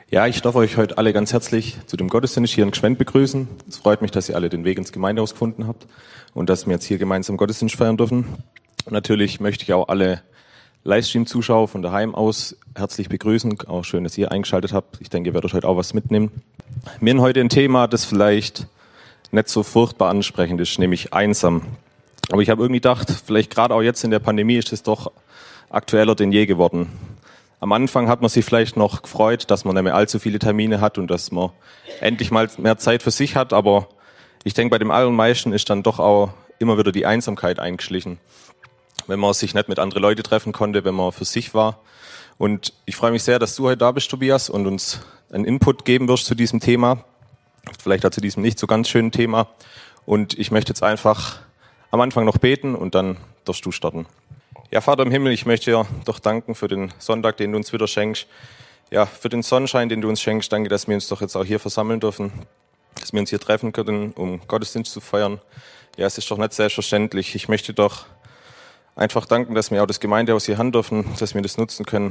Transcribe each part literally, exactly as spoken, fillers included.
Ja, ich darf euch heute alle ganz herzlich zu dem Gottesdienst hier in Gschwend begrüßen. Es freut mich, dass ihr alle den Weg ins Gemeindehaus gefunden habt und dass wir jetzt hier gemeinsam Gottesdienst feiern dürfen. Und natürlich möchte ich auch alle Livestream-Zuschauer von daheim aus herzlich begrüßen. Auch schön, dass ihr eingeschaltet habt. Ich denke, ihr werdet heute auch was mitnehmen. Wir haben heute ein Thema, das vielleicht nicht so furchtbar ansprechend ist, nämlich einsam. Aber ich habe irgendwie gedacht, vielleicht gerade auch jetzt in der Pandemie ist es doch aktueller denn je geworden. Am Anfang hat man sich vielleicht noch gefreut, dass man nicht mehr allzu viele Termine hat und dass man endlich mal mehr Zeit für sich hat. Aber ich denke, bei dem allermeisten ist dann doch auch immer wieder die Einsamkeit eingeschlichen. Wenn man sich nicht mit anderen Leuten treffen konnte, wenn man für sich war. Und ich freue mich sehr, dass du heute da bist, Tobias, und uns einen Input geben wirst zu diesem Thema. Vielleicht auch zu diesem nicht so ganz schönen Thema. Und ich möchte jetzt einfach am Anfang noch beten und dann darfst du starten. Ja, Vater im Himmel, ich möchte dir doch danken für den Sonntag, den du uns wieder schenkst. Ja, für den Sonnenschein, den du uns schenkst. Danke, dass wir uns doch jetzt auch hier versammeln dürfen. Dass wir uns hier treffen können, um Gottesdienst zu feiern. Ja, es ist doch nicht selbstverständlich. Ich möchte doch einfach danken, dass wir auch das Gemeindehaus hier haben dürfen, dass wir das nutzen können.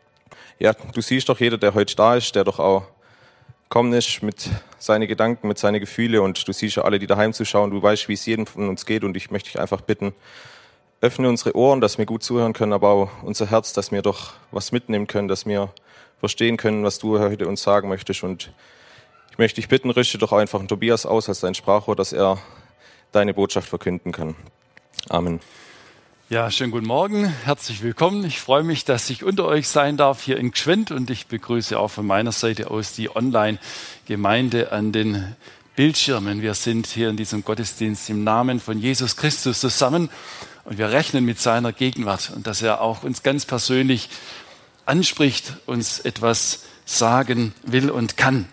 Ja, du siehst doch jeder, der heute da ist, der doch auch gekommen ist mit seinen Gedanken, mit seinen Gefühlen. Und du siehst ja alle, die daheim zuschauen. Du weißt, wie es jedem von uns geht. Und ich möchte dich einfach bitten, öffne unsere Ohren, dass wir gut zuhören können, aber auch unser Herz, dass wir doch was mitnehmen können, dass wir verstehen können, was du heute uns sagen möchtest. Und ich möchte dich bitten, richte doch einfach einen Tobias aus als dein Sprachrohr, dass er deine Botschaft verkünden kann. Amen. Ja, schönen guten Morgen, herzlich willkommen. Ich freue mich, dass ich unter euch sein darf hier in Gschwend und ich begrüße auch von meiner Seite aus die Online-Gemeinde an den Bildschirmen. Wir sind hier in diesem Gottesdienst im Namen von Jesus Christus zusammen. Und wir rechnen mit seiner Gegenwart und dass er auch uns ganz persönlich anspricht, uns etwas sagen will und kann.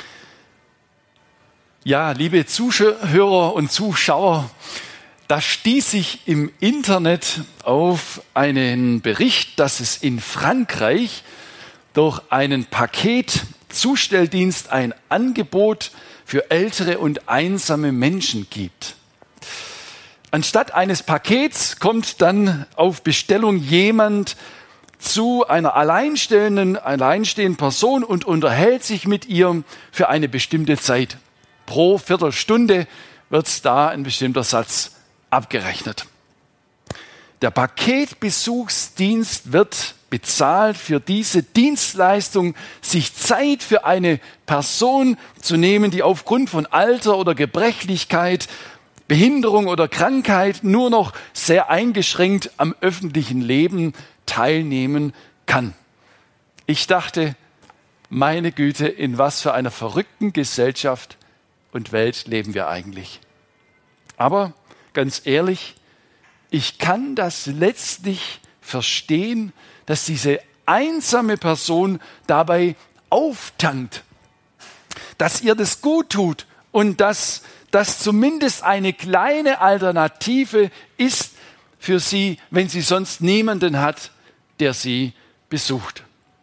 Ja, liebe Zuhörer und Zuschauer, da stieß ich im Internet auf einen Bericht, dass es in Frankreich durch einen Paketzustelldienst ein Angebot für ältere und einsame Menschen gibt. Anstatt eines Pakets kommt dann auf Bestellung jemand zu einer alleinstehenden, alleinstehenden Person und unterhält sich mit ihr für eine bestimmte Zeit. Pro Viertelstunde wird da ein bestimmter Satz abgerechnet. Der Paketbesuchsdienst wird bezahlt für diese Dienstleistung, sich Zeit für eine Person zu nehmen, die aufgrund von Alter oder Gebrechlichkeit, Behinderung oder Krankheit nur noch sehr eingeschränkt am öffentlichen Leben teilnehmen kann. Ich dachte, meine Güte, in was für einer verrückten Gesellschaft und Welt leben wir eigentlich. Aber ganz ehrlich, ich kann das letztlich verstehen, dass diese einsame Person dabei auftankt, dass ihr das gut tut und dass das zumindest eine kleine Alternative ist für sie, wenn sie sonst niemanden hat, der sie besucht.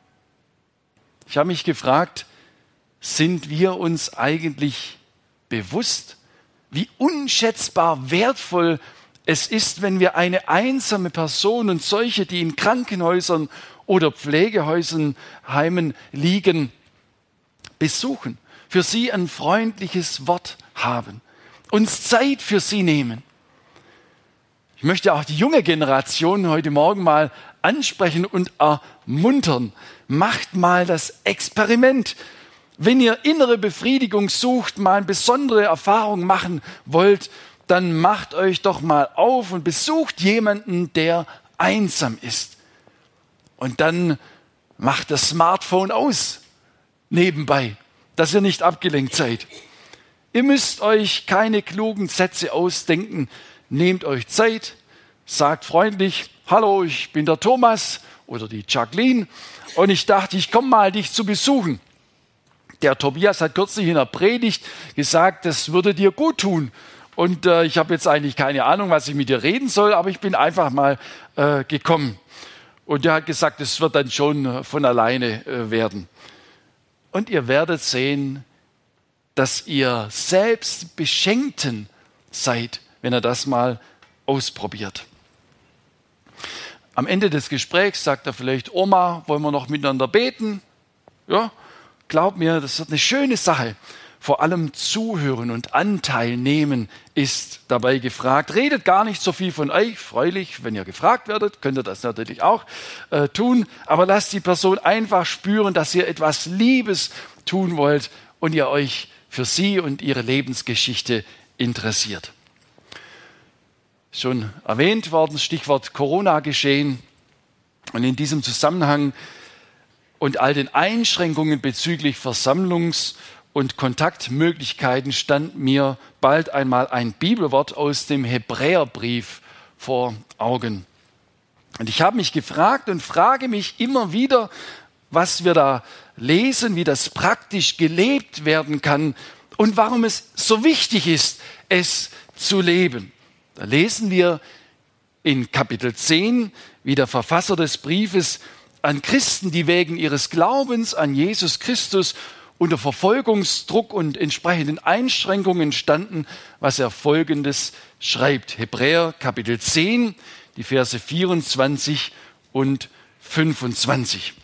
Ich habe mich gefragt, sind wir uns eigentlich bewusst, wie unschätzbar wertvoll es ist, wenn wir eine einsame Person und solche, die in Krankenhäusern oder Pflegehäusern, Heimen liegen, besuchen, für sie ein freundliches Wort haben, uns Zeit für sie nehmen. Ich möchte auch die junge Generation heute Morgen mal ansprechen und ermuntern. Macht mal das Experiment. Wenn ihr innere Befriedigung sucht, mal eine besondere Erfahrung machen wollt, dann macht euch doch mal auf und besucht jemanden, der einsam ist. Und dann macht das Smartphone aus, nebenbei, dass ihr nicht abgelenkt seid. Ihr müsst euch keine klugen Sätze ausdenken. Nehmt euch Zeit, sagt freundlich, hallo, ich bin der Thomas oder die Jacqueline und ich dachte, ich komme mal, dich zu besuchen. Der Tobias hat kürzlich in der Predigt gesagt, das würde dir gut tun. Und äh, ich habe jetzt eigentlich keine Ahnung, was ich mit dir reden soll, aber ich bin einfach mal äh, gekommen. Und er hat gesagt, es wird dann schon äh, von alleine äh, werden. Und ihr werdet sehen, dass ihr selbst Beschenkten seid, wenn ihr das mal ausprobiert. Am Ende des Gesprächs sagt er vielleicht, Oma, wollen wir noch miteinander beten? Ja, glaub mir, das wird eine schöne Sache. Vor allem zuhören und Anteil nehmen ist dabei gefragt. Redet gar nicht so viel von euch, freilich, wenn ihr gefragt werdet, könnt ihr das natürlich auch äh, tun, aber lasst die Person einfach spüren, dass ihr etwas Liebes tun wollt und ihr euch für sie und ihre Lebensgeschichte interessiert. Schon erwähnt worden, Stichwort Corona-Geschehen, und in diesem Zusammenhang und all den Einschränkungen bezüglich Versammlungs- und Kontaktmöglichkeiten stand mir bald einmal ein Bibelwort aus dem Hebräerbrief vor Augen. Und ich habe mich gefragt und frage mich immer wieder, was wir da lesen, wie das praktisch gelebt werden kann und warum es so wichtig ist, es zu leben. Da lesen wir in Kapitel zehn, wie der Verfasser des Briefes an Christen, die wegen ihres Glaubens an Jesus Christus unter Verfolgungsdruck und entsprechenden Einschränkungen standen, was er Folgendes schreibt. Hebräer Kapitel zehn, die Verse vierundzwanzig und fünfundzwanzig.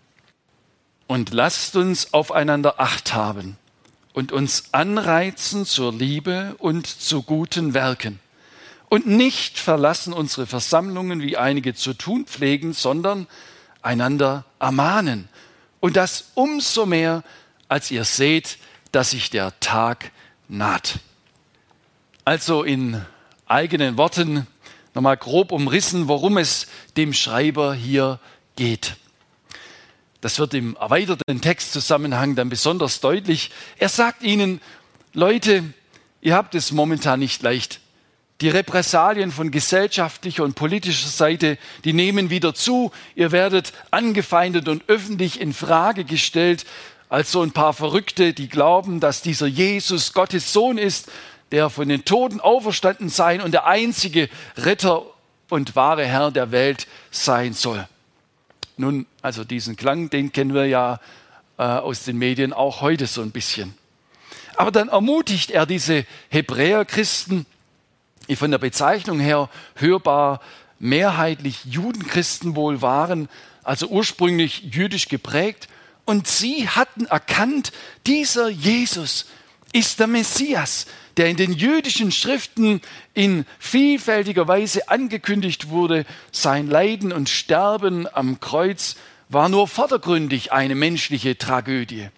Und lasst uns aufeinander Acht haben und uns anreizen zur Liebe und zu guten Werken und nicht verlassen unsere Versammlungen, wie einige zu tun pflegen, sondern einander ermahnen. Und das umso mehr, als ihr seht, dass sich der Tag naht. Also in eigenen Worten nochmal grob umrissen, worum es dem Schreiber hier geht. Das wird im erweiterten Textzusammenhang dann besonders deutlich. Er sagt ihnen, Leute, ihr habt es momentan nicht leicht. Die Repressalien von gesellschaftlicher und politischer Seite, die nehmen wieder zu. Ihr werdet angefeindet und öffentlich in Frage gestellt, als so ein paar Verrückte, die glauben, dass dieser Jesus Gottes Sohn ist, der von den Toten auferstanden sein und der einzige Retter und wahre Herr der Welt sein soll. Nun, also diesen Klang, den kennen wir ja äh, aus den Medien auch heute so ein bisschen. Aber dann ermutigt er diese Hebräer-Christen, die von der Bezeichnung her hörbar mehrheitlich Judenchristen wohl waren, also ursprünglich jüdisch geprägt. Und sie hatten erkannt, dieser Jesus ist der Messias, der in den jüdischen Schriften in vielfältiger Weise angekündigt wurde. Sein Leiden und Sterben am Kreuz war nur vordergründig eine menschliche Tragödie.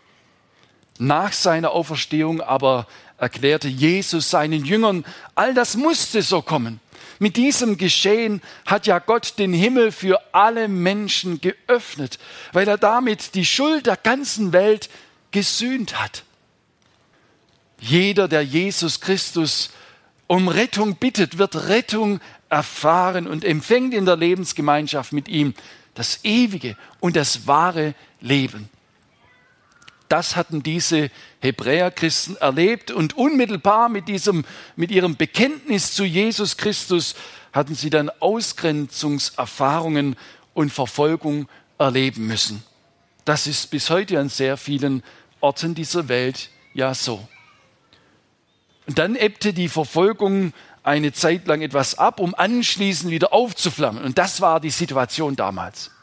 Nach seiner Auferstehung aber erklärte Jesus seinen Jüngern, all das musste so kommen. Mit diesem Geschehen hat ja Gott den Himmel für alle Menschen geöffnet, weil er damit die Schuld der ganzen Welt gesühnt hat. Jeder, der Jesus Christus um Rettung bittet, wird Rettung erfahren und empfängt in der Lebensgemeinschaft mit ihm das ewige und das wahre Leben. Das hatten diese Hebräer-Christen erlebt und unmittelbar mit diesem, mit ihrem Bekenntnis zu Jesus Christus hatten sie dann Ausgrenzungserfahrungen und Verfolgung erleben müssen. Das ist bis heute an sehr vielen Orten dieser Welt ja so. Und dann ebbte die Verfolgung eine Zeit lang etwas ab, um anschließend wieder aufzuflammen. Und das war die Situation damals.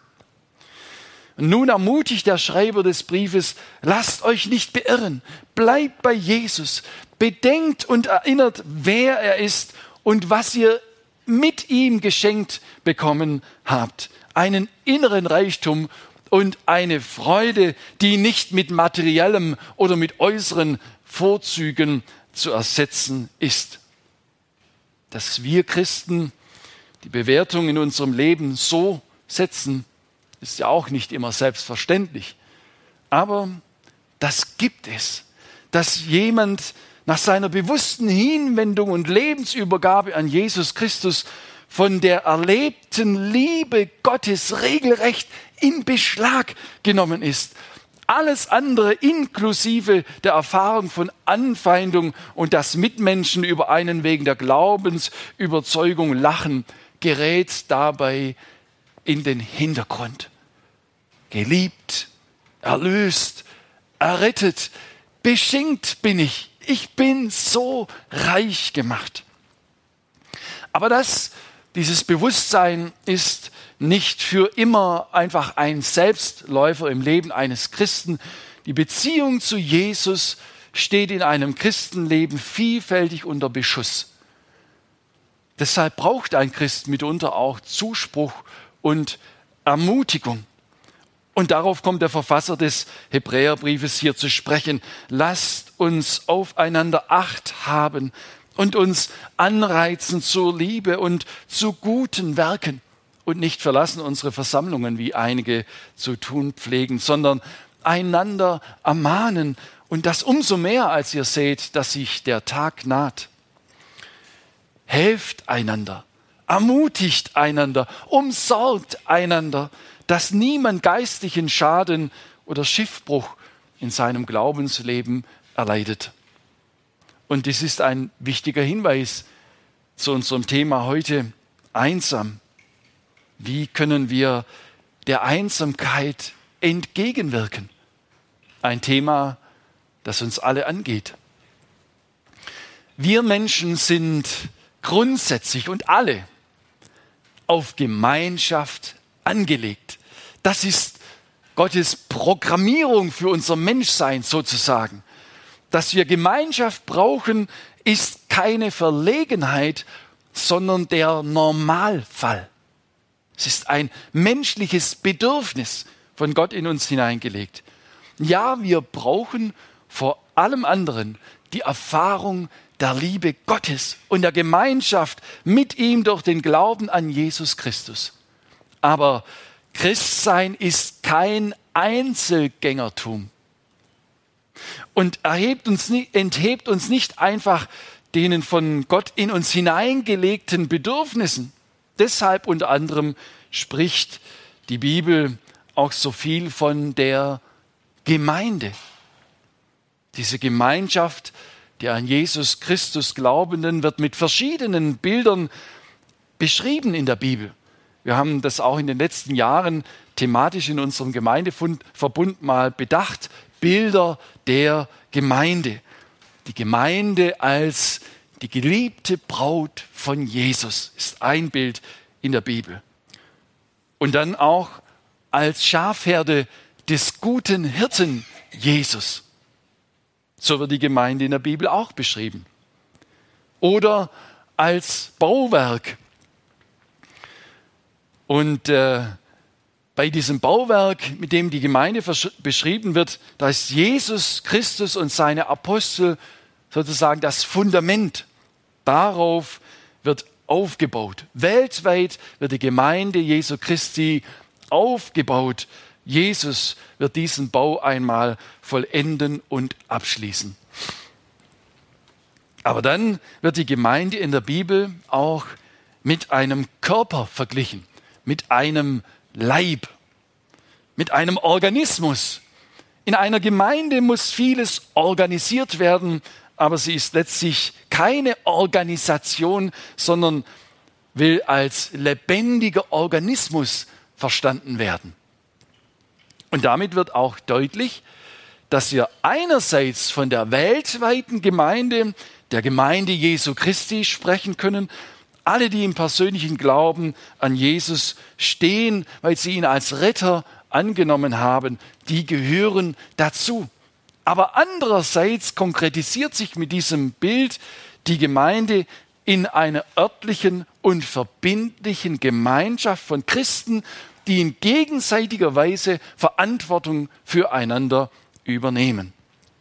Und nun ermutigt der Schreiber des Briefes, lasst euch nicht beirren, bleibt bei Jesus, bedenkt und erinnert, wer er ist und was ihr mit ihm geschenkt bekommen habt. Einen inneren Reichtum und eine Freude, die nicht mit materiellem oder mit äußeren Vorzügen zu ersetzen ist. Dass wir Christen die Bewertung in unserem Leben so setzen, ist ja auch nicht immer selbstverständlich. Aber das gibt es, dass jemand nach seiner bewussten Hinwendung und Lebensübergabe an Jesus Christus von der erlebten Liebe Gottes regelrecht in Beschlag genommen ist. Alles andere inklusive der Erfahrung von Anfeindung und das Mitmenschen über einen wegen der Glaubensüberzeugung lachen, gerät dabei in den Hintergrund. Geliebt, erlöst, errettet, beschenkt bin ich. Ich bin so reich gemacht. Aber das, dieses Bewusstsein ist nicht für immer einfach ein Selbstläufer im Leben eines Christen. Die Beziehung zu Jesus steht in einem Christenleben vielfältig unter Beschuss. Deshalb braucht ein Christ mitunter auch Zuspruch und Ermutigung. Und darauf kommt der Verfasser des Hebräerbriefes hier zu sprechen. Lasst uns aufeinander Acht haben und uns anreizen zur Liebe und zu guten Werken und nicht verlassen unsere Versammlungen, wie einige zu tun pflegen, sondern einander ermahnen und das umso mehr, als ihr seht, dass sich der Tag naht. Helft einander, ermutigt einander, umsorgt einander, dass niemand geistlichen Schaden oder Schiffbruch in seinem Glaubensleben erleidet. Und dies ist ein wichtiger Hinweis zu unserem Thema heute, einsam. Wie können wir der Einsamkeit entgegenwirken? Ein Thema, das uns alle angeht. Wir Menschen sind grundsätzlich und alle auf Gemeinschaft angelegt. Das ist Gottes Programmierung für unser Menschsein sozusagen. Dass wir Gemeinschaft brauchen, ist keine Verlegenheit, sondern der Normalfall. Es ist ein menschliches Bedürfnis von Gott in uns hineingelegt. Ja, wir brauchen vor allem anderen die Erfahrung der Liebe Gottes und der Gemeinschaft mit ihm durch den Glauben an Jesus Christus. Aber Christsein ist kein Einzelgängertum und erhebt uns, enthebt uns nicht einfach den von Gott in uns hineingelegten Bedürfnissen. Deshalb unter anderem spricht die Bibel auch so viel von der Gemeinde. Diese Gemeinschaft der an Jesus Christus Glaubenden wird mit verschiedenen Bildern beschrieben in der Bibel. Wir haben das auch in den letzten Jahren thematisch in unserem Gemeindeverbund mal bedacht. Bilder der Gemeinde. Die Gemeinde als die geliebte Braut von Jesus ist ein Bild in der Bibel. Und dann auch als Schafherde des guten Hirten Jesus. So wird die Gemeinde in der Bibel auch beschrieben. Oder als Bauwerk. Und äh, bei diesem Bauwerk, mit dem die Gemeinde beschrieben wird, da ist Jesus Christus und seine Apostel sozusagen das Fundament. Darauf wird aufgebaut. Weltweit wird die Gemeinde Jesu Christi aufgebaut. Jesus wird diesen Bau einmal vollenden und abschließen. Aber dann wird die Gemeinde in der Bibel auch mit einem Körper verglichen, mit einem Leib, mit einem Organismus. In einer Gemeinde muss vieles organisiert werden, aber sie ist letztlich keine Organisation, sondern will als lebendiger Organismus verstanden werden. Und damit wird auch deutlich, dass wir einerseits von der weltweiten Gemeinde, der Gemeinde Jesu Christi sprechen können, alle, die im persönlichen Glauben an Jesus stehen, weil sie ihn als Retter angenommen haben, die gehören dazu. Aber andererseits konkretisiert sich mit diesem Bild die Gemeinde in einer örtlichen und verbindlichen Gemeinschaft von Christen, die in gegenseitiger Weise Verantwortung füreinander übernehmen.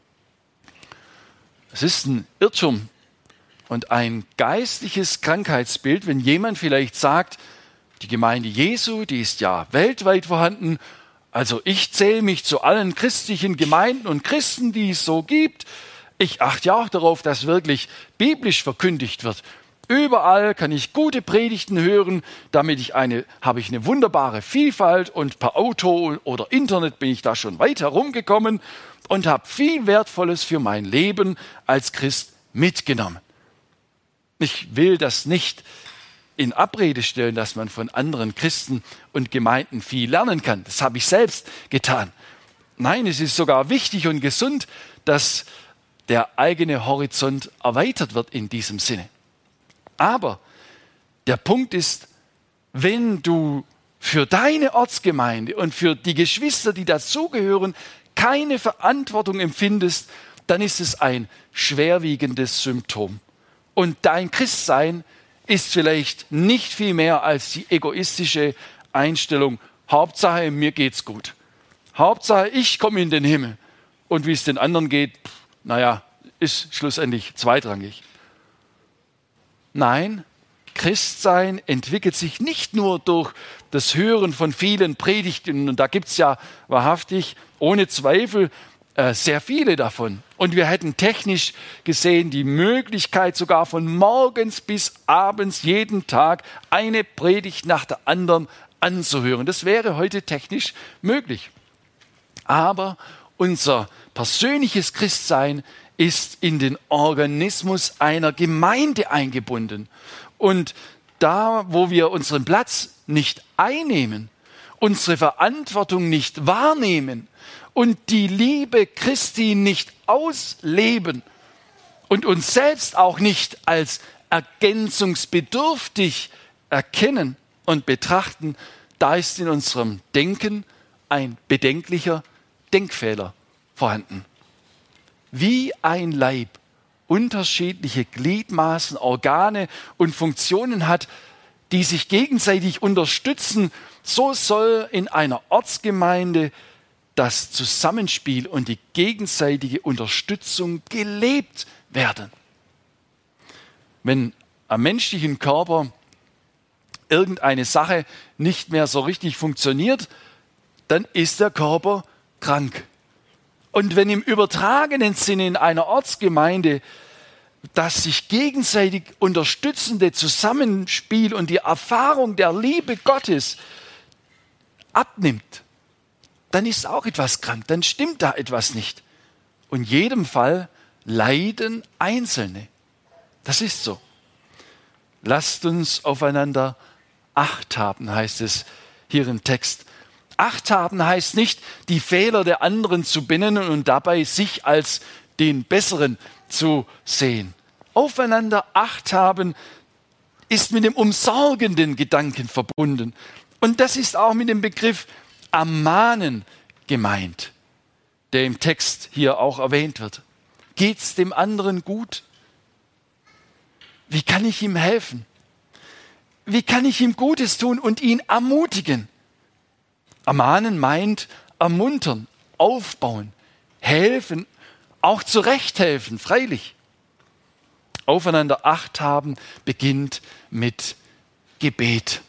Es ist ein Irrtum und ein geistliches Krankheitsbild, wenn jemand vielleicht sagt, die Gemeinde Jesu, die ist ja weltweit vorhanden, also ich zähle mich zu allen christlichen Gemeinden und Christen, die es so gibt. Ich achte ja auch darauf, dass wirklich biblisch verkündigt wird. Überall kann ich gute Predigten hören, damit ich eine, habe ich eine wunderbare Vielfalt und per Auto oder Internet bin ich da schon weit herumgekommen und habe viel Wertvolles für mein Leben als Christ mitgenommen. Ich will das nicht in Abrede stellen, dass man von anderen Christen und Gemeinden viel lernen kann. Das habe ich selbst getan. Nein, es ist sogar wichtig und gesund, dass der eigene Horizont erweitert wird in diesem Sinne. Aber der Punkt ist, wenn du für deine Ortsgemeinde und für die Geschwister, die dazugehören, keine Verantwortung empfindest, dann ist es ein schwerwiegendes Symptom. Und dein Christsein ist vielleicht nicht viel mehr als die egoistische Einstellung, Hauptsache, mir geht's gut. Hauptsache, ich komme in den Himmel. Und wie es den anderen geht, naja, ist schlussendlich zweitrangig. Nein, Christsein entwickelt sich nicht nur durch das Hören von vielen Predigten, und da gibt es ja wahrhaftig ohne Zweifel äh, sehr viele davon. Und wir hätten technisch gesehen die Möglichkeit, sogar von morgens bis abends jeden Tag eine Predigt nach der anderen anzuhören. Das wäre heute technisch möglich. Aber unser persönliches Christsein ist in den Organismus einer Gemeinde eingebunden. Und da, wo wir unseren Platz nicht einnehmen, unsere Verantwortung nicht wahrnehmen und die Liebe Christi nicht ausleben und uns selbst auch nicht als ergänzungsbedürftig erkennen und betrachten, da ist in unserem Denken ein bedenklicher Denkfehler vorhanden. Wie ein Leib unterschiedliche Gliedmaßen, Organe und Funktionen hat, die sich gegenseitig unterstützen, so soll in einer Ortsgemeinde das Zusammenspiel und die gegenseitige Unterstützung gelebt werden. Wenn am menschlichen Körper irgendeine Sache nicht mehr so richtig funktioniert, dann ist der Körper krank. Und wenn im übertragenen Sinne in einer Ortsgemeinde das sich gegenseitig unterstützende Zusammenspiel und die Erfahrung der Liebe Gottes abnimmt, dann ist auch etwas krank, dann stimmt da etwas nicht. Und in jedem Fall leiden Einzelne. Das ist so. Lasst uns aufeinander Acht haben, heißt es hier im Text. Acht haben heißt nicht, die Fehler der anderen zu benennen und dabei sich als den Besseren zu sehen. Aufeinander Acht haben ist mit dem umsorgenden Gedanken verbunden. Und das ist auch mit dem Begriff ermahnen gemeint, der im Text hier auch erwähnt wird. Geht's dem anderen gut? Wie kann ich ihm helfen? Wie kann ich ihm Gutes tun und ihn ermutigen? Ermahnen meint ermuntern, aufbauen, helfen, auch zurechthelfen, freilich. Aufeinander Acht haben beginnt mit Gebet.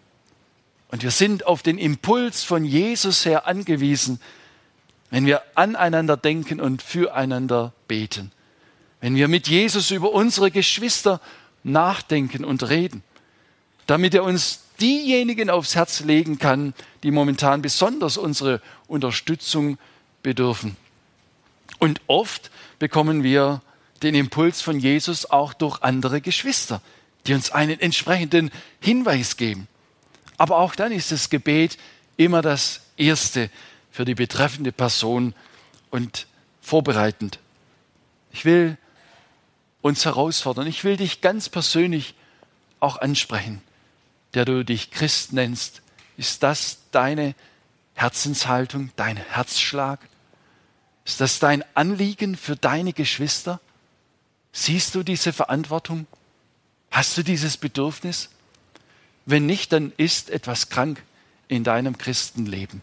Und wir sind auf den Impuls von Jesus her angewiesen, wenn wir aneinander denken und füreinander beten. Wenn wir mit Jesus über unsere Geschwister nachdenken und reden, damit er uns diejenigen aufs Herz legen kann, die momentan besonders unsere Unterstützung bedürfen. Und oft bekommen wir den Impuls von Jesus auch durch andere Geschwister, die uns einen entsprechenden Hinweis geben. Aber auch dann ist das Gebet immer das Erste für die betreffende Person und vorbereitend. Ich will uns herausfordern, ich will dich ganz persönlich auch ansprechen, der du dich Christ nennst. Ist das deine Herzenshaltung, dein Herzschlag? Ist das dein Anliegen für deine Geschwister? Siehst du diese Verantwortung? Hast du dieses Bedürfnis? Wenn nicht, dann ist etwas krank in deinem Christenleben.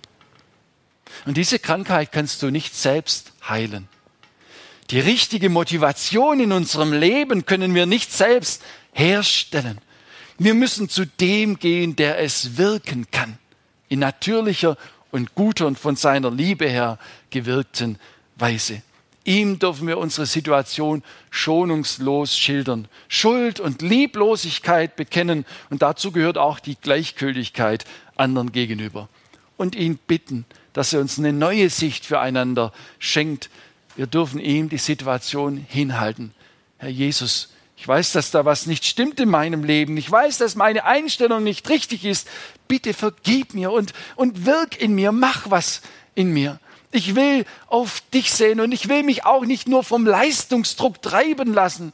Und diese Krankheit kannst du nicht selbst heilen. Die richtige Motivation in unserem Leben können wir nicht selbst herstellen. Wir müssen zu dem gehen, der es wirken kann, in natürlicher und guter und von seiner Liebe her gewirkten Weise. Ihm dürfen wir unsere Situation schonungslos schildern, Schuld und Lieblosigkeit bekennen und dazu gehört auch die Gleichgültigkeit anderen gegenüber. Und ihn bitten, dass er uns eine neue Sicht füreinander schenkt. Wir dürfen ihm die Situation hinhalten. Herr Jesus, ich weiß, dass da was nicht stimmt in meinem Leben. Ich weiß, dass meine Einstellung nicht richtig ist. Bitte vergib mir und, und wirk in mir, mach was in mir. Ich will auf dich sehen und ich will mich auch nicht nur vom Leistungsdruck treiben lassen,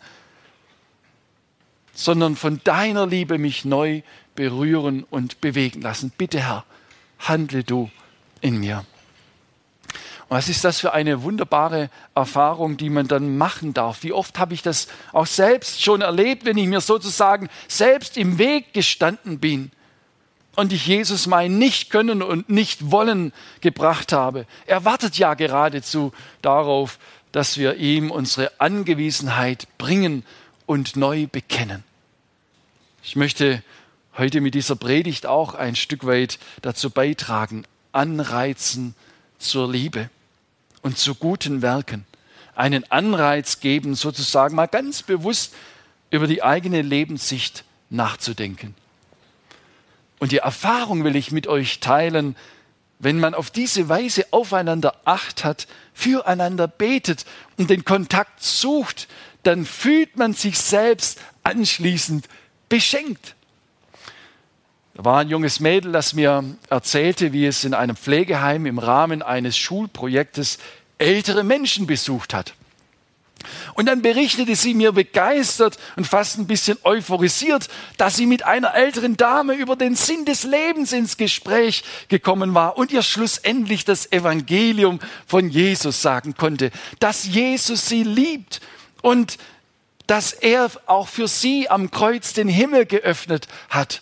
sondern von deiner Liebe mich neu berühren und bewegen lassen. Bitte, Herr, handle du in mir. Und was ist das für eine wunderbare Erfahrung, die man dann machen darf? Wie oft habe ich das auch selbst schon erlebt, wenn ich mir sozusagen selbst im Weg gestanden bin und ich Jesus mein Nicht-Können und Nicht-Wollen gebracht habe. Er wartet ja geradezu darauf, dass wir ihm unsere Angewiesenheit bringen und neu bekennen. Ich möchte heute mit dieser Predigt auch ein Stück weit dazu beitragen, anreizen zur Liebe und zu guten Werken. Einen Anreiz geben, sozusagen mal ganz bewusst über die eigene Lebenssicht nachzudenken. Und die Erfahrung will ich mit euch teilen, wenn man auf diese Weise aufeinander Acht hat, füreinander betet und den Kontakt sucht, dann fühlt man sich selbst anschließend beschenkt. Da war ein junges Mädel, das mir erzählte, wie es in einem Pflegeheim im Rahmen eines Schulprojektes ältere Menschen besucht hat. Und dann berichtete sie mir begeistert und fast ein bisschen euphorisiert, dass sie mit einer älteren Dame über den Sinn des Lebens ins Gespräch gekommen war und ihr schlussendlich das Evangelium von Jesus sagen konnte, dass Jesus sie liebt und dass er auch für sie am Kreuz den Himmel geöffnet hat.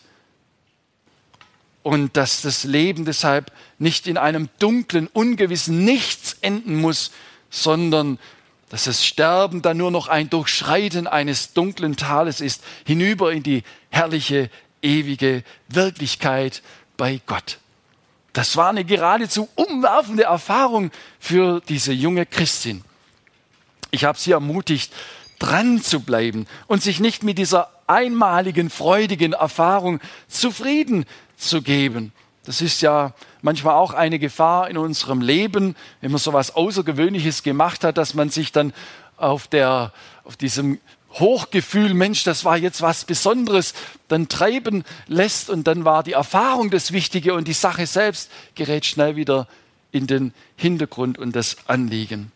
Und dass das Leben deshalb nicht in einem dunklen, ungewissen Nichts enden muss, sondern dass das Sterben dann nur noch ein Durchschreiten eines dunklen Tales ist, hinüber in die herrliche, ewige Wirklichkeit bei Gott. Das war eine geradezu umwerfende Erfahrung für diese junge Christin. Ich habe sie ermutigt, dran zu bleiben und sich nicht mit dieser einmaligen, freudigen Erfahrung zufrieden zu geben. Das ist ja manchmal auch eine Gefahr in unserem Leben, wenn man so etwas Außergewöhnliches gemacht hat, dass man sich dann auf, der, auf diesem Hochgefühl, Mensch, das war jetzt was Besonderes, dann treiben lässt und dann war die Erfahrung das Wichtige und die Sache selbst gerät schnell wieder in den Hintergrund und das Anliegen.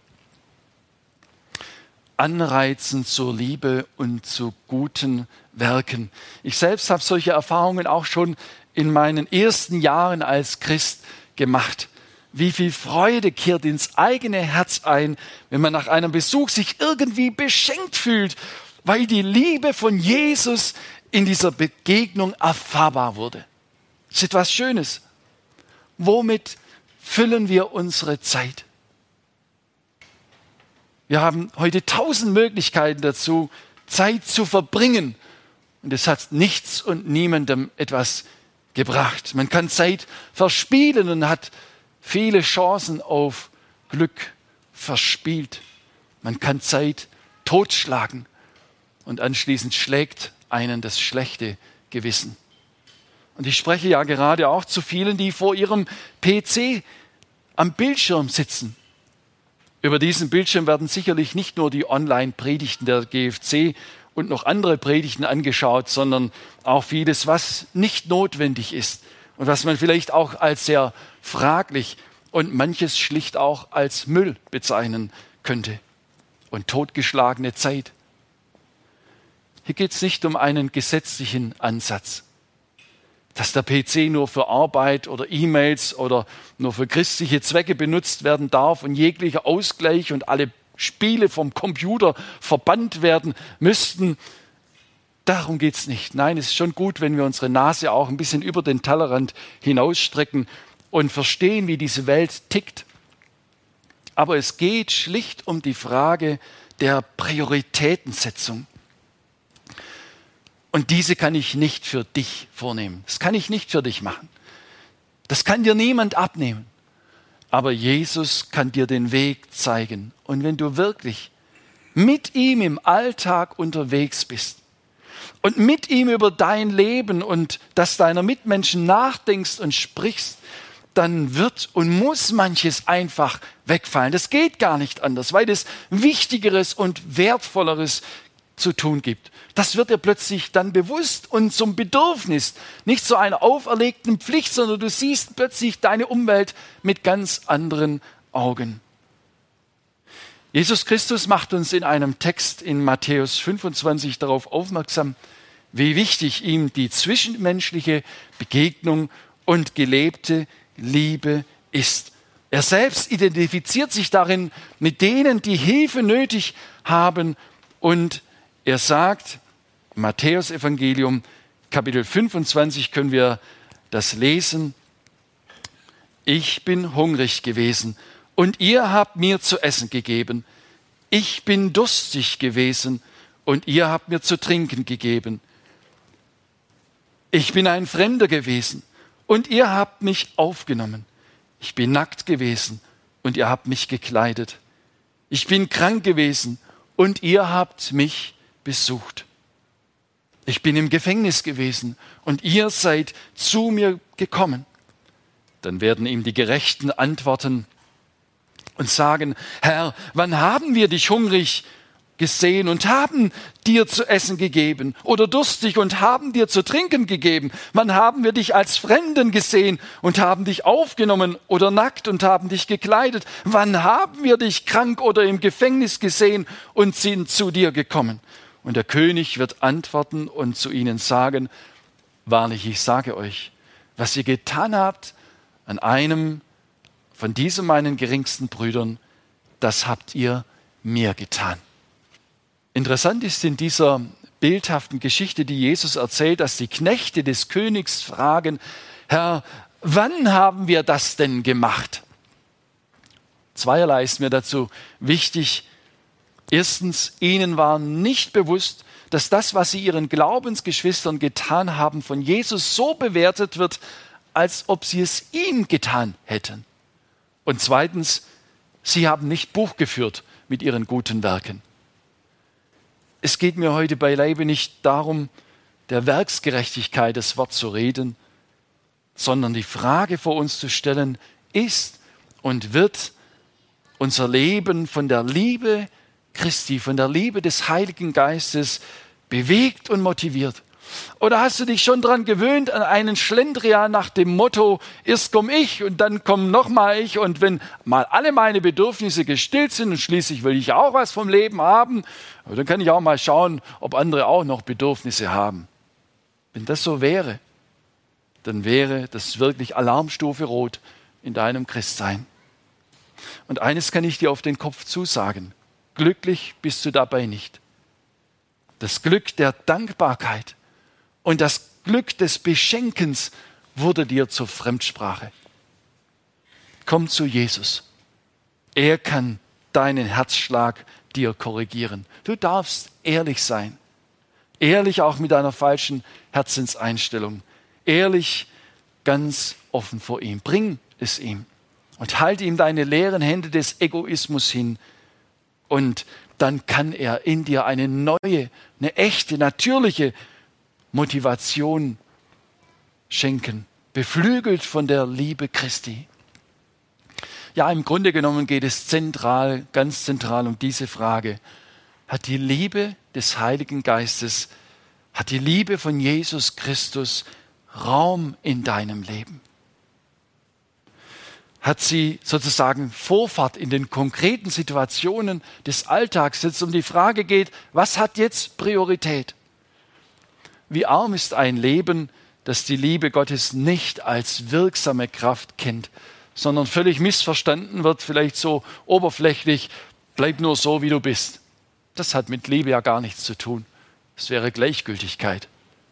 Anreizen zur Liebe und zu guten Werken. Ich selbst habe solche Erfahrungen auch schon in meinen ersten Jahren als Christ gemacht. Wie viel Freude kehrt ins eigene Herz ein, wenn man nach einem Besuch sich irgendwie beschenkt fühlt, weil die Liebe von Jesus in dieser Begegnung erfahrbar wurde. Das ist etwas Schönes. Womit füllen wir unsere Zeit? Wir haben heute tausend Möglichkeiten dazu, Zeit zu verbringen. Und es hat nichts und niemandem etwas gebracht. Man kann Zeit verspielen und hat viele Chancen auf Glück verspielt. Man kann Zeit totschlagen und anschließend schlägt einen das schlechte Gewissen. Und ich spreche ja gerade auch zu vielen, die vor ihrem P C am Bildschirm sitzen. Über diesen Bildschirm werden sicherlich nicht nur die Online-Predigten der G F C und noch andere Predigten angeschaut, sondern auch vieles, was nicht notwendig ist und was man vielleicht auch als sehr fraglich und manches schlicht auch als Müll bezeichnen könnte und totgeschlagene Zeit. Hier geht es nicht um einen gesetzlichen Ansatz, dass der P C nur für Arbeit oder E-Mails oder nur für christliche Zwecke benutzt werden darf und jeglicher Ausgleich und alle Spiele vom Computer verbannt werden müssten. Darum geht es nicht. Nein, es ist schon gut, wenn wir unsere Nase auch ein bisschen über den Tellerrand hinausstrecken und verstehen, wie diese Welt tickt. Aber es geht schlicht um die Frage der Prioritätensetzung. Und diese kann ich nicht für dich vornehmen. Das kann ich nicht für dich machen. Das kann dir niemand abnehmen. Aber Jesus kann dir den Weg zeigen. Und wenn du wirklich mit ihm im Alltag unterwegs bist und mit ihm über dein Leben und das deiner Mitmenschen nachdenkst und sprichst, dann wird und muss manches einfach wegfallen. Das geht gar nicht anders, weil es Wichtigeres und Wertvolleres zu tun gibt. Das wird dir plötzlich dann bewusst und zum Bedürfnis, nicht zu einer auferlegten Pflicht, sondern du siehst plötzlich deine Umwelt mit ganz anderen Augen. Jesus Christus macht uns in einem Text in Matthäus fünfundzwanzig darauf aufmerksam, wie wichtig ihm die zwischenmenschliche Begegnung und gelebte Liebe ist. Er selbst identifiziert sich darin mit denen, die Hilfe nötig haben. Und er sagt, im Matthäus-Evangelium, Kapitel fünfundzwanzig können wir das lesen. Ich bin hungrig gewesen und ihr habt mir zu essen gegeben. Ich bin durstig gewesen und ihr habt mir zu trinken gegeben. Ich bin ein Fremder gewesen und ihr habt mich aufgenommen. Ich bin nackt gewesen und ihr habt mich gekleidet. Ich bin krank gewesen und ihr habt mich besucht. Ich bin im Gefängnis gewesen und ihr seid zu mir gekommen. Dann werden ihm die Gerechten antworten und sagen, Herr, wann haben wir dich hungrig gesehen und haben dir zu essen gegeben oder durstig und haben dir zu trinken gegeben? Wann haben wir dich als Fremden gesehen und haben dich aufgenommen oder nackt und haben dich gekleidet? Wann haben wir dich krank oder im Gefängnis gesehen und sind zu dir gekommen? Und der König wird antworten und zu ihnen sagen, wahrlich, ich sage euch, was ihr getan habt an einem von diesen meinen geringsten Brüdern, das habt ihr mir getan. Interessant ist in dieser bildhaften Geschichte, die Jesus erzählt, dass die Knechte des Königs fragen, Herr, wann haben wir das denn gemacht? Zweierlei ist mir dazu wichtig. Erstens, ihnen war nicht bewusst, dass das, was sie ihren Glaubensgeschwistern getan haben, von Jesus so bewertet wird, als ob sie es ihm getan hätten. Und zweitens, sie haben nicht Buch geführt mit ihren guten Werken. Es geht mir heute beileibe nicht darum, der Werksgerechtigkeit das Wort zu reden, sondern die Frage vor uns zu stellen, ist und wird unser Leben von der Liebe Christi, von der Liebe des Heiligen Geistes bewegt und motiviert? Oder hast du dich schon daran gewöhnt, an einen Schlendrian nach dem Motto, erst komme ich und dann komme nochmal ich und wenn mal alle meine Bedürfnisse gestillt sind und schließlich will ich auch was vom Leben haben, dann kann ich auch mal schauen, ob andere auch noch Bedürfnisse haben. Wenn das so wäre, dann wäre das wirklich Alarmstufe Rot in deinem Christsein. Und eines kann ich dir auf den Kopf zusagen, glücklich bist du dabei nicht. Das Glück der Dankbarkeit und das Glück des Beschenkens wurde dir zur Fremdsprache. Komm zu Jesus. Er kann deinen Herzschlag dir korrigieren. Du darfst ehrlich sein. Ehrlich auch mit deiner falschen Herzenseinstellung. Ehrlich, ganz offen vor ihm. Bring es ihm und halte ihm deine leeren Hände des Egoismus hin. Und dann kann er in dir eine neue, eine echte, natürliche Motivation schenken, beflügelt von der Liebe Christi. Ja, im Grunde genommen geht es zentral, ganz zentral um diese Frage. Hat die Liebe des Heiligen Geistes, hat die Liebe von Jesus Christus Raum in deinem Leben? Hat sie sozusagen Vorfahrt in den konkreten Situationen des Alltags, jetzt um die Frage geht, was hat jetzt Priorität? Wie arm ist ein Leben, das die Liebe Gottes nicht als wirksame Kraft kennt, sondern völlig missverstanden wird, vielleicht so oberflächlich, bleib nur so, wie du bist. Das hat mit Liebe ja gar nichts zu tun. Das wäre Gleichgültigkeit.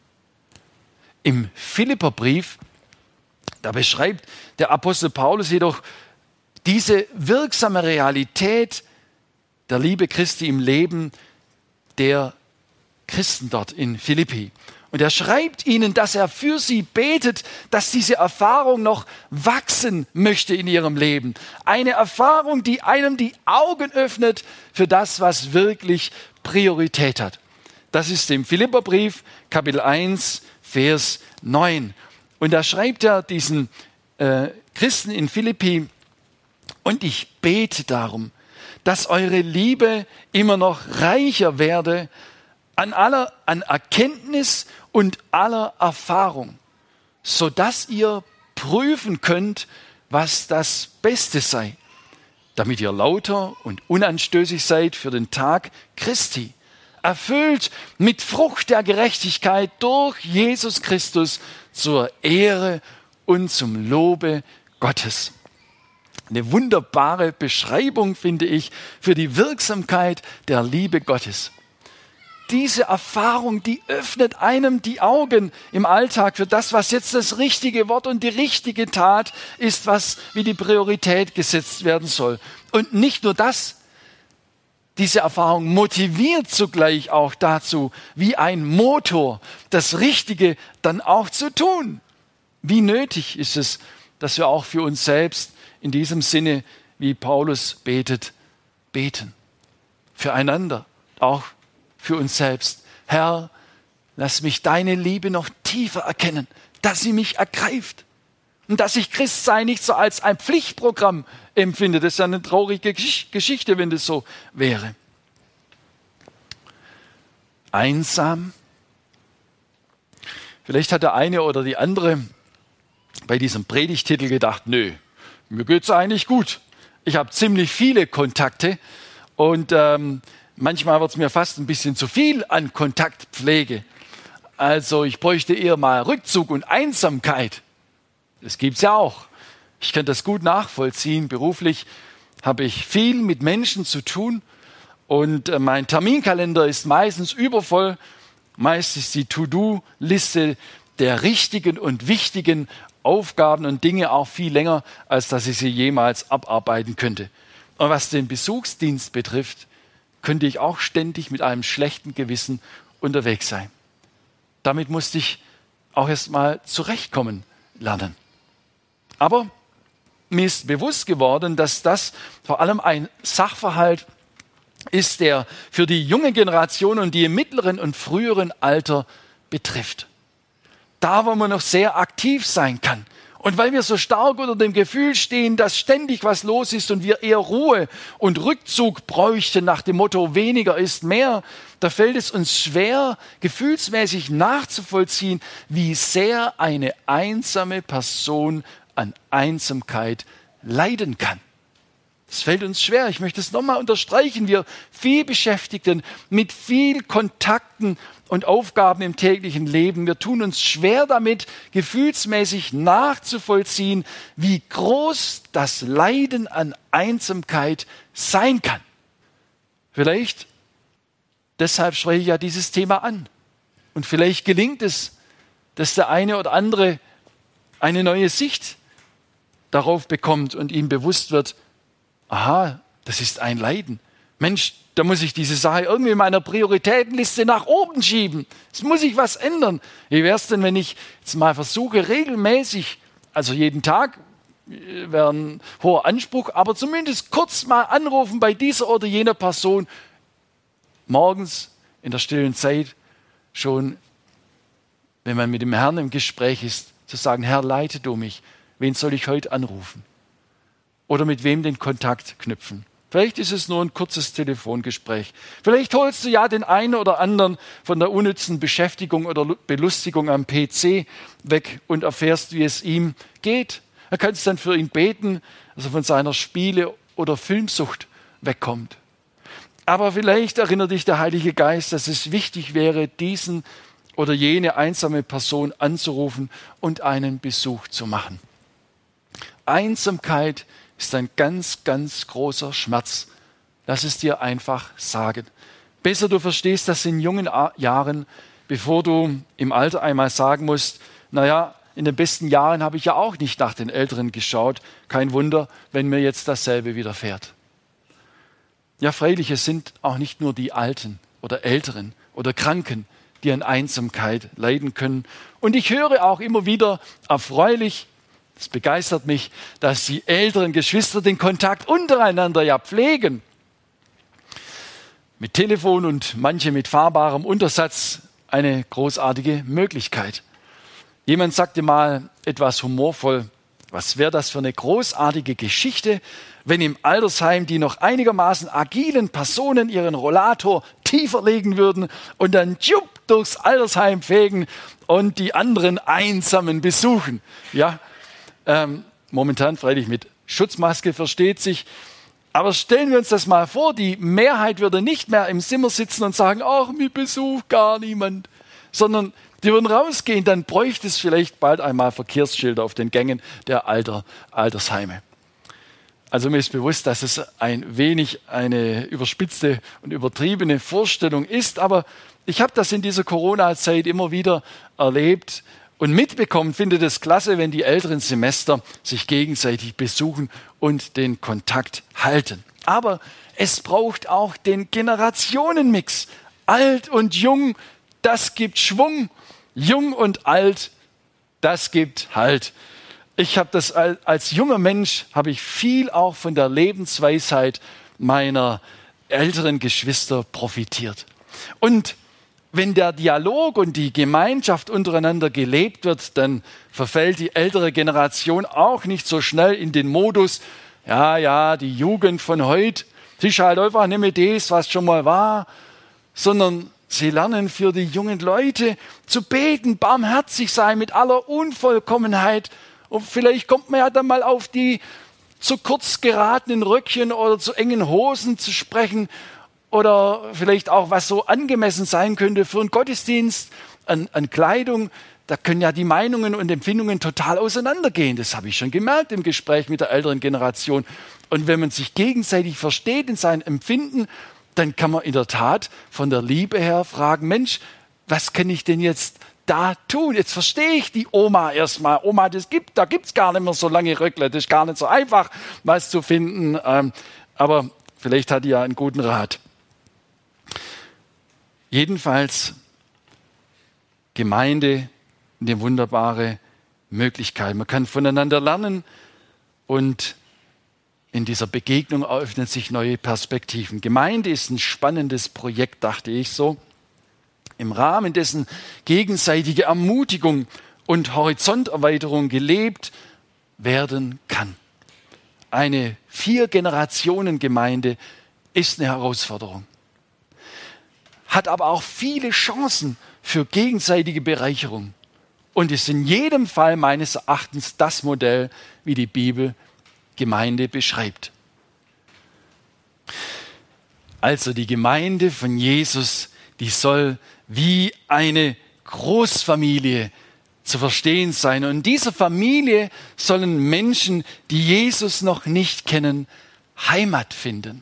Im Philipperbrief, da beschreibt der Apostel Paulus jedoch diese wirksame Realität der Liebe Christi im Leben der Christen dort in Philippi. Und er schreibt ihnen, dass er für sie betet, dass diese Erfahrung noch wachsen möchte in ihrem Leben. Eine Erfahrung, die einem die Augen öffnet für das, was wirklich Priorität hat. Das ist im Philipperbrief, Kapitel eins, Vers neun. Und da schreibt er diesen äh, Christen in Philippi, und ich bete darum, dass eure Liebe immer noch reicher werde an aller, an Erkenntnis und aller Erfahrung, sodass ihr prüfen könnt, was das Beste sei, damit ihr lauter und unanstößig seid für den Tag Christi, erfüllt mit Frucht der Gerechtigkeit durch Jesus Christus zur Ehre und zum Lobe Gottes. Eine wunderbare Beschreibung, finde ich, für die Wirksamkeit der Liebe Gottes. Diese Erfahrung, die öffnet einem die Augen im Alltag für das, was jetzt das richtige Wort und die richtige Tat ist, was wie die Priorität gesetzt werden soll. Und nicht nur das, diese Erfahrung motiviert zugleich auch dazu, wie ein Motor, das Richtige dann auch zu tun. Wie nötig ist es, dass wir auch für uns selbst in diesem Sinne, wie Paulus betet, beten. Füreinander, auch für uns selbst. Herr, lass mich deine Liebe noch tiefer erkennen, dass sie mich ergreift. Und dass ich Christsein nicht so als ein Pflichtprogramm empfinde. Das ist ja eine traurige Geschichte, wenn das so wäre. Einsam. Vielleicht hat der eine oder die andere bei diesem Predigtitel gedacht, nö, mir geht's eigentlich gut. Ich habe ziemlich viele Kontakte und ähm, manchmal wird es mir fast ein bisschen zu viel an Kontaktpflege. Also ich bräuchte eher mal Rückzug und Einsamkeit. Das gibt's ja auch. Ich kann das gut nachvollziehen. Beruflich habe ich viel mit Menschen zu tun und äh, mein Terminkalender ist meistens übervoll. Meist ist die To-Do-Liste der richtigen und wichtigen Aufgaben und Dinge auch viel länger, als dass ich sie jemals abarbeiten könnte. Und was den Besuchsdienst betrifft, könnte ich auch ständig mit einem schlechten Gewissen unterwegs sein. Damit musste ich auch erst mal zurechtkommen lernen. Aber mir ist bewusst geworden, dass das vor allem ein Sachverhalt ist, der für die junge Generation und die im mittleren und früheren Alter betrifft. Da, wo man noch sehr aktiv sein kann. Und weil wir so stark unter dem Gefühl stehen, dass ständig was los ist und wir eher Ruhe und Rückzug bräuchten nach dem Motto, weniger ist mehr, da fällt es uns schwer, gefühlsmäßig nachzuvollziehen, wie sehr eine einsame Person an Einsamkeit leiden kann. Das fällt uns schwer. Ich möchte es nochmal unterstreichen. Wir viel Beschäftigten mit viel Kontakten und Aufgaben im täglichen Leben. Wir tun uns schwer damit, gefühlsmäßig nachzuvollziehen, wie groß das Leiden an Einsamkeit sein kann. Vielleicht, deshalb spreche ich ja dieses Thema an. Und vielleicht gelingt es, dass der eine oder andere eine neue Sicht darauf bekommt und ihm bewusst wird, aha, das ist ein Leiden. Mensch, da muss ich diese Sache irgendwie in meiner Prioritätenliste nach oben schieben. Es muss sich was ändern. Wie wäre es denn, wenn ich jetzt mal versuche, regelmäßig, also jeden Tag, wäre ein hoher Anspruch, aber zumindest kurz mal anrufen bei dieser oder jener Person, morgens in der stillen Zeit schon, wenn man mit dem Herrn im Gespräch ist, zu sagen, Herr, leite du mich. Wen soll ich heute anrufen? Oder mit wem den Kontakt knüpfen? Vielleicht ist es nur ein kurzes Telefongespräch. Vielleicht holst du ja den einen oder anderen von der unnützen Beschäftigung oder Belustigung am P C weg und erfährst, wie es ihm geht. Da kannst du dann für ihn beten, dass er von seiner Spiele- oder Filmsucht wegkommt. Aber vielleicht erinnert dich der Heilige Geist, dass es wichtig wäre, diesen oder jene einsame Person anzurufen und einen Besuch zu machen. Einsamkeit ist ein ganz, ganz großer Schmerz. Lass es dir einfach sagen. Besser du verstehst das in jungen Jahren, bevor du im Alter einmal sagen musst, naja, in den besten Jahren habe ich ja auch nicht nach den Älteren geschaut. Kein Wunder, wenn mir jetzt dasselbe widerfährt. Ja, freilich, es sind auch nicht nur die Alten oder Älteren oder Kranken, die an Einsamkeit leiden können. Und ich höre auch immer wieder erfreulich, es begeistert mich, dass die älteren Geschwister den Kontakt untereinander ja pflegen. Mit Telefon und manche mit fahrbarem Untersatz eine großartige Möglichkeit. Jemand sagte mal etwas humorvoll, was wäre das für eine großartige Geschichte, wenn im Altersheim die noch einigermaßen agilen Personen ihren Rollator tiefer legen würden und dann tschupp durchs Altersheim fegen und die anderen Einsamen besuchen. Ja, Ähm, momentan freilich mit Schutzmaske, versteht sich. Aber stellen wir uns das mal vor, die Mehrheit würde nicht mehr im Zimmer sitzen und sagen, ach, mir besucht gar niemand, sondern die würden rausgehen, dann bräuchte es vielleicht bald einmal Verkehrsschilder auf den Gängen der Alter, Altersheime. Also mir ist bewusst, dass es ein wenig eine überspitzte und übertriebene Vorstellung ist, aber ich habe das in dieser Corona-Zeit immer wieder erlebt und mitbekommen, finde das klasse, wenn die älteren Semester sich gegenseitig besuchen und den Kontakt halten. Aber es braucht auch den Generationenmix. Alt und jung, das gibt Schwung. Jung und alt, das gibt Halt. Ich habe das als junger Mensch, habe ich viel auch von der Lebensweisheit meiner älteren Geschwister profitiert. Und wenn der Dialog und die Gemeinschaft untereinander gelebt wird, dann verfällt die ältere Generation auch nicht so schnell in den Modus, ja, ja, die Jugend von heute, sie ist halt einfach nicht mehr das, was schon mal war, sondern sie lernen für die jungen Leute zu beten, barmherzig sein mit aller Unvollkommenheit. Und vielleicht kommt man ja dann mal auf die zu kurz geratenen Röckchen oder zu engen Hosen zu sprechen oder vielleicht auch, was so angemessen sein könnte für einen Gottesdienst an, an Kleidung. Da können ja die Meinungen und Empfindungen total auseinandergehen. Das habe ich schon gemerkt im Gespräch mit der älteren Generation. Und wenn man sich gegenseitig versteht in seinem Empfinden, dann kann man in der Tat von der Liebe her fragen, Mensch, was kann ich denn jetzt da tun? Jetzt verstehe ich die Oma erstmal. Oma, das gibt, da gibt es gar nicht mehr so lange Röckle. Das ist gar nicht so einfach, was zu finden. Ähm, aber vielleicht hat die ja einen guten Rat. Jedenfalls, Gemeinde, eine wunderbare Möglichkeit. Man kann voneinander lernen und in dieser Begegnung eröffnen sich neue Perspektiven. Gemeinde ist ein spannendes Projekt, dachte ich so, im Rahmen dessen gegenseitige Ermutigung und Horizonterweiterung gelebt werden kann. Eine Vier-Generationen-Gemeinde ist eine Herausforderung, hat aber auch viele Chancen für gegenseitige Bereicherung und ist in jedem Fall meines Erachtens das Modell, wie die Bibel Gemeinde beschreibt. Also die Gemeinde von Jesus, die soll wie eine Großfamilie zu verstehen sein. Und in dieser Familie sollen Menschen, die Jesus noch nicht kennen, Heimat finden.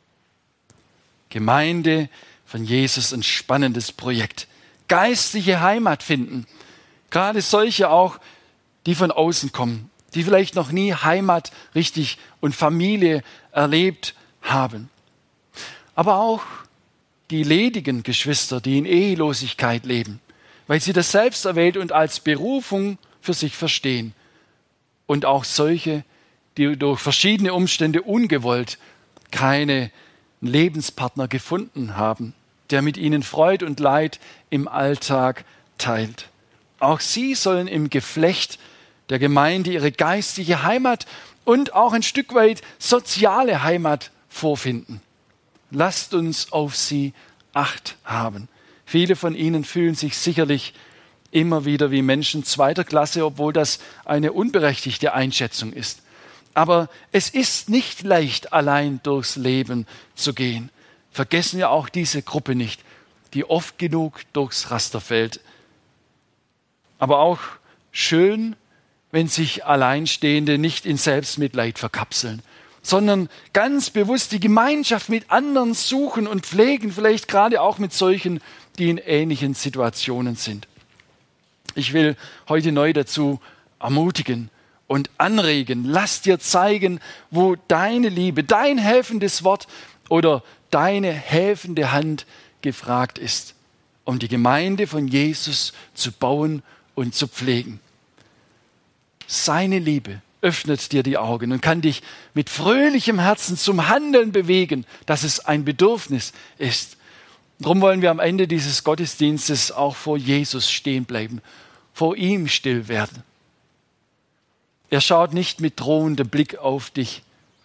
Gemeinde von Jesus, ein spannendes Projekt. Geistliche Heimat finden. Gerade solche auch, die von außen kommen, die vielleicht noch nie Heimat richtig und Familie erlebt haben. Aber auch die ledigen Geschwister, die in Ehelosigkeit leben, weil sie das selbst erwählt und als Berufung für sich verstehen. Und auch solche, die durch verschiedene Umstände ungewollt keine Lebenspartner gefunden haben, der mit ihnen Freud und Leid im Alltag teilt. Auch sie sollen im Geflecht der Gemeinde ihre geistliche Heimat und auch ein Stück weit soziale Heimat vorfinden. Lasst uns auf sie Acht haben. Viele von ihnen fühlen sich sicherlich immer wieder wie Menschen zweiter Klasse, obwohl das eine unberechtigte Einschätzung ist. Aber es ist nicht leicht, allein durchs Leben zu gehen. Vergessen wir auch diese Gruppe nicht, die oft genug durchs Raster fällt. Aber auch schön, wenn sich Alleinstehende nicht in Selbstmitleid verkapseln, sondern ganz bewusst die Gemeinschaft mit anderen suchen und pflegen, vielleicht gerade auch mit solchen, die in ähnlichen Situationen sind. Ich will heute neu dazu ermutigen und anregen. Lass dir zeigen, wo deine Liebe, dein helfendes Wort oder deine helfende Hand gefragt ist, um die Gemeinde von Jesus zu bauen und zu pflegen. Seine Liebe öffnet dir die Augen und kann dich mit fröhlichem Herzen zum Handeln bewegen, dass es ein Bedürfnis ist. Darum wollen wir am Ende dieses Gottesdienstes auch vor Jesus stehen bleiben, vor ihm still werden. Er schaut nicht mit drohendem Blick auf dich,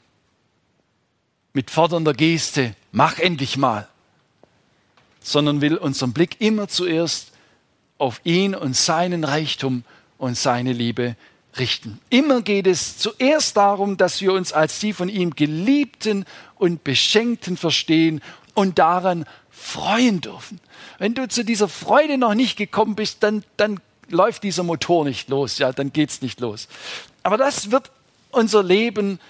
mit fordernder Geste, mach endlich mal, sondern will unseren Blick immer zuerst auf ihn und seinen Reichtum und seine Liebe richten. Immer geht es zuerst darum, dass wir uns als die von ihm Geliebten und Beschenkten verstehen und daran freuen dürfen. Wenn du zu dieser Freude noch nicht gekommen bist, dann, dann läuft dieser Motor nicht los, ja, dann geht's nicht los. Aber das wird unser Leben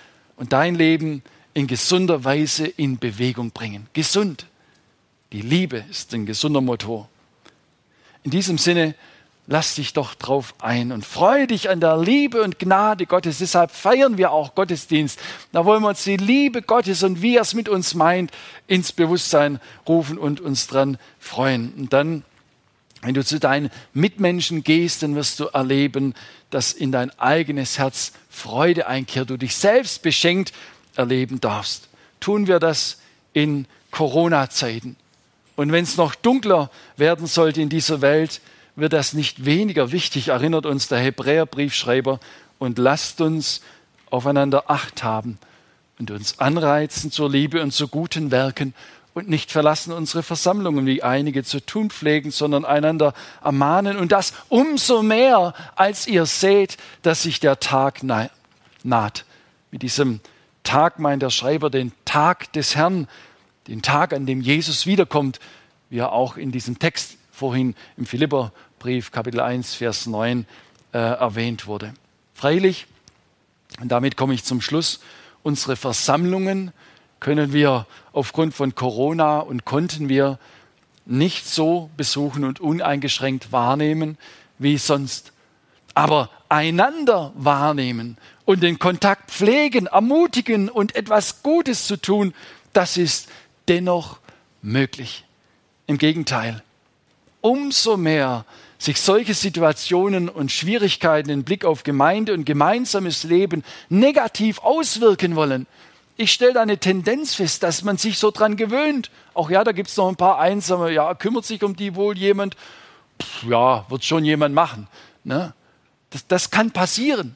und dein Leben in gesunder Weise in Bewegung bringen. Gesund. Die Liebe ist ein gesunder Motor. In diesem Sinne, lass dich doch drauf ein und freue dich an der Liebe und Gnade Gottes. Deshalb feiern wir auch Gottesdienst. Da wollen wir uns die Liebe Gottes und wie er es mit uns meint, ins Bewusstsein rufen und uns dran freuen. Und dann, wenn du zu deinen Mitmenschen gehst, dann wirst du erleben, dass in dein eigenes Herz Freude einkehrt, du dich selbst beschenkt erleben darfst. Tun wir das in Corona-Zeiten. Und wenn es noch dunkler werden sollte in dieser Welt, wird das nicht weniger wichtig, erinnert uns der Hebräerbriefschreiber. Und lasst uns aufeinander Acht haben und uns anreizen zur Liebe und zu guten Werken und nicht verlassen unsere Versammlungen, wie einige zu tun pflegen, sondern einander ermahnen. Und das umso mehr, als ihr seht, dass sich der Tag naht. Mit diesem Tag meint der Schreiber den Tag des Herrn, den Tag, an dem Jesus wiederkommt, wie er auch in diesem Text vorhin im Philipperbrief, Kapitel eins, Vers neun, äh, erwähnt wurde. Freilich, und damit komme ich zum Schluss, unsere Versammlungen können wir aufgrund von Corona und konnten wir nicht so besuchen und uneingeschränkt wahrnehmen wie sonst. Aber einander wahrnehmen und den Kontakt pflegen, ermutigen und etwas Gutes zu tun, das ist dennoch möglich. Im Gegenteil, umso mehr sich solche Situationen und Schwierigkeiten im Blick auf Gemeinde und gemeinsames Leben negativ auswirken wollen. Ich stelle da eine Tendenz fest, dass man sich so dran gewöhnt. Auch ja, da gibt es noch ein paar Einsame, ja, kümmert sich um die wohl jemand? Pff, ja, wird schon jemand machen. Ne? Das, das kann passieren.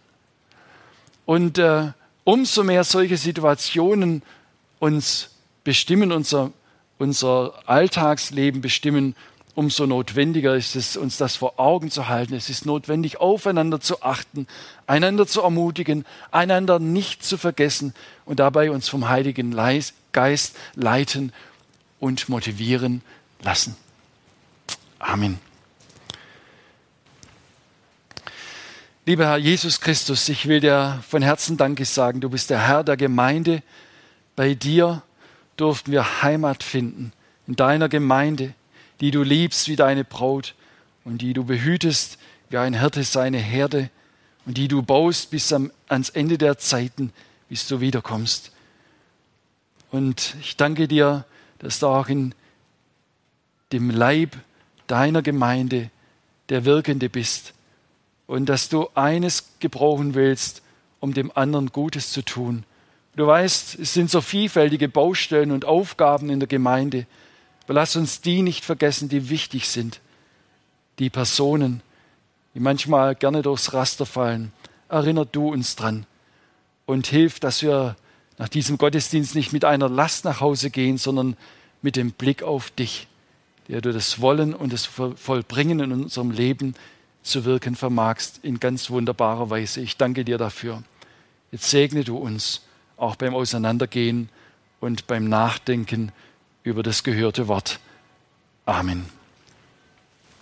Und äh, umso mehr solche Situationen uns bestimmen, unser, unser Alltagsleben bestimmen, umso notwendiger ist es, uns das vor Augen zu halten. Es ist notwendig, aufeinander zu achten, einander zu ermutigen, einander nicht zu vergessen und dabei uns vom Heiligen Geist leiten und motivieren lassen. Amen. Lieber Herr Jesus Christus, ich will dir von Herzen Danke sagen. Du bist der Herr der Gemeinde. Bei dir durften wir Heimat finden, in deiner Gemeinde, die du liebst wie deine Braut und die du behütest wie ein Hirte seine Herde und die du baust bis am, ans Ende der Zeiten, bis du wiederkommst. Und ich danke dir, dass du auch in dem Leib deiner Gemeinde der Wirkende bist und dass du eines gebrauchen willst, um dem anderen Gutes zu tun. Du weißt, es sind so vielfältige Baustellen und Aufgaben in der Gemeinde. Aber lass uns die nicht vergessen, die wichtig sind. Die Personen, die manchmal gerne durchs Raster fallen. Erinner du uns dran und hilf, dass wir nach diesem Gottesdienst nicht mit einer Last nach Hause gehen, sondern mit dem Blick auf dich, der du das Wollen und das Vollbringen in unserem Leben zu wirken vermagst in ganz wunderbarer Weise. Ich danke dir dafür. Jetzt segne du uns auch beim Auseinandergehen und beim Nachdenken über das gehörte Wort. Amen.